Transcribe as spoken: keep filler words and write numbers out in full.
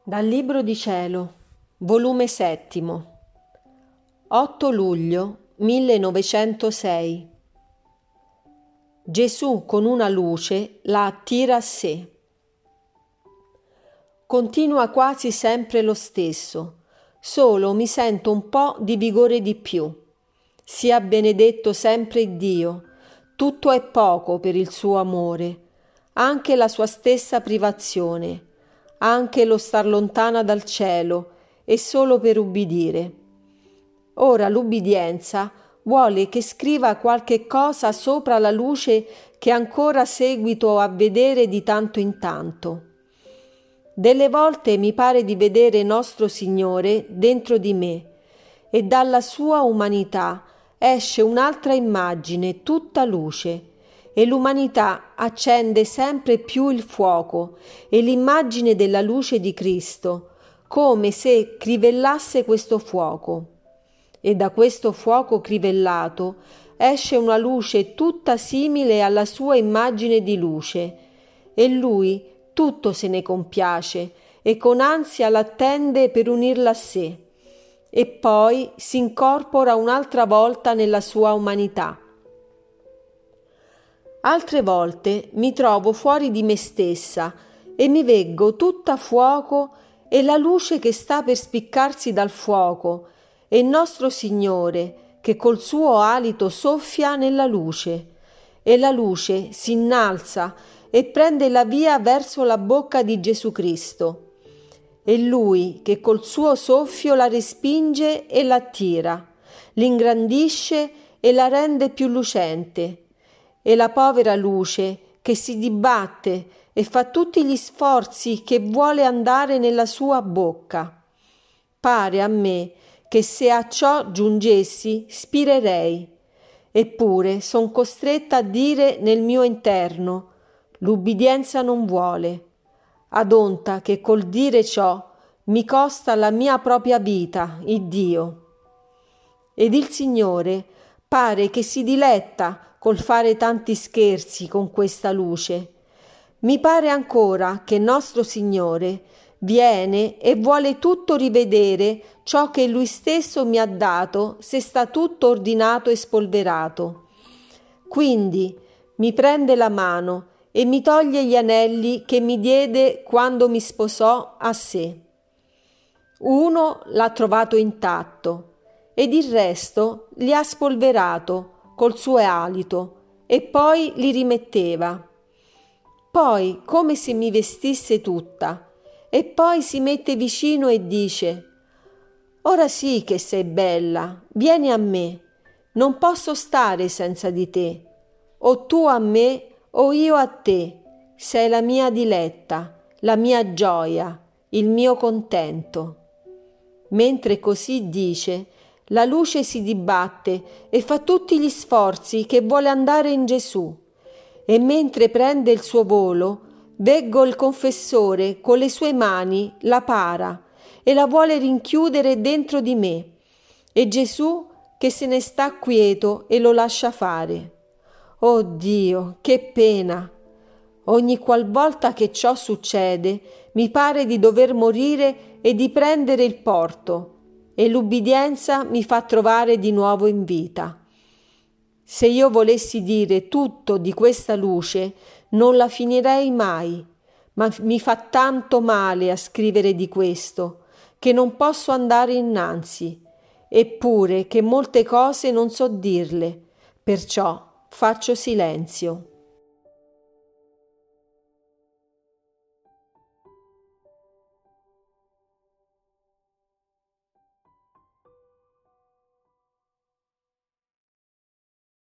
Dal Libro di Cielo, volume settimo, otto luglio millenovecentosei. Gesù con una luce la attira a sé. Continua quasi sempre lo stesso, solo mi sento un po' di vigore di più. Sia benedetto sempre Dio, tutto è poco per il suo amore, anche la sua stessa privazione, anche lo star lontana dal cielo e solo per ubbidire. Ora l'ubbidienza vuole che scriva qualche cosa sopra la luce che ancora seguito a vedere di tanto in tanto. Delle volte mi pare di vedere nostro Signore dentro di me e dalla sua umanità esce un'altra immagine tutta luce e l'umanità accende sempre più il fuoco e l'immagine della luce di Cristo, come se crivellasse questo fuoco. E da questo fuoco crivellato esce una luce tutta simile alla sua immagine di luce, e lui tutto se ne compiace e con ansia l'attende per unirla a sé, e poi si incorpora un'altra volta nella sua umanità. Altre volte mi trovo fuori di me stessa e mi veggo tutta fuoco e la luce che sta per spiccarsi dal fuoco e nostro Signore che col suo alito soffia nella luce e la luce si innalza e prende la via verso la bocca di Gesù Cristo e Lui che col suo soffio la respinge e l'attira, l'ingrandisce e la rende più lucente. E la povera luce che si dibatte e fa tutti gli sforzi che vuole andare nella sua bocca. Pare a me che se a ciò giungessi spirerei, eppure son costretta a dire nel mio interno: l'ubbidienza non vuole, adonta che col dire ciò mi costa la mia propria vita, Iddio. Ed il Signore pare che si diletta col fare tanti scherzi con questa luce. Mi pare ancora che nostro Signore viene e vuole tutto rivedere ciò che Lui stesso mi ha dato se sta tutto ordinato e spolverato. Quindi mi prende la mano e mi toglie gli anelli che mi diede quando mi sposò a sé. Uno l'ha trovato intatto ed il resto li ha spolverato col suo alito e poi li rimetteva. Poi come se mi vestisse tutta e poi si mette vicino e dice: ora sì che sei bella, vieni a me, non posso stare senza di te, o tu a me o io a te, sei la mia diletta, la mia gioia, il mio contento. Mentre così dice, la luce si dibatte e fa tutti gli sforzi che vuole andare in Gesù, e mentre prende il suo volo, veggo il confessore con le sue mani la para e la vuole rinchiudere dentro di me, e Gesù che se ne sta quieto e lo lascia fare. Oh Dio, che pena! Ogni qualvolta che ciò succede, mi pare di dover morire e di prendere il porto, e l'ubbidienza mi fa trovare di nuovo in vita. Se io volessi dire tutto di questa luce, non la finirei mai, ma mi fa tanto male a scrivere di questo, che non posso andare innanzi, eppure che molte cose non so dirle, perciò faccio silenzio.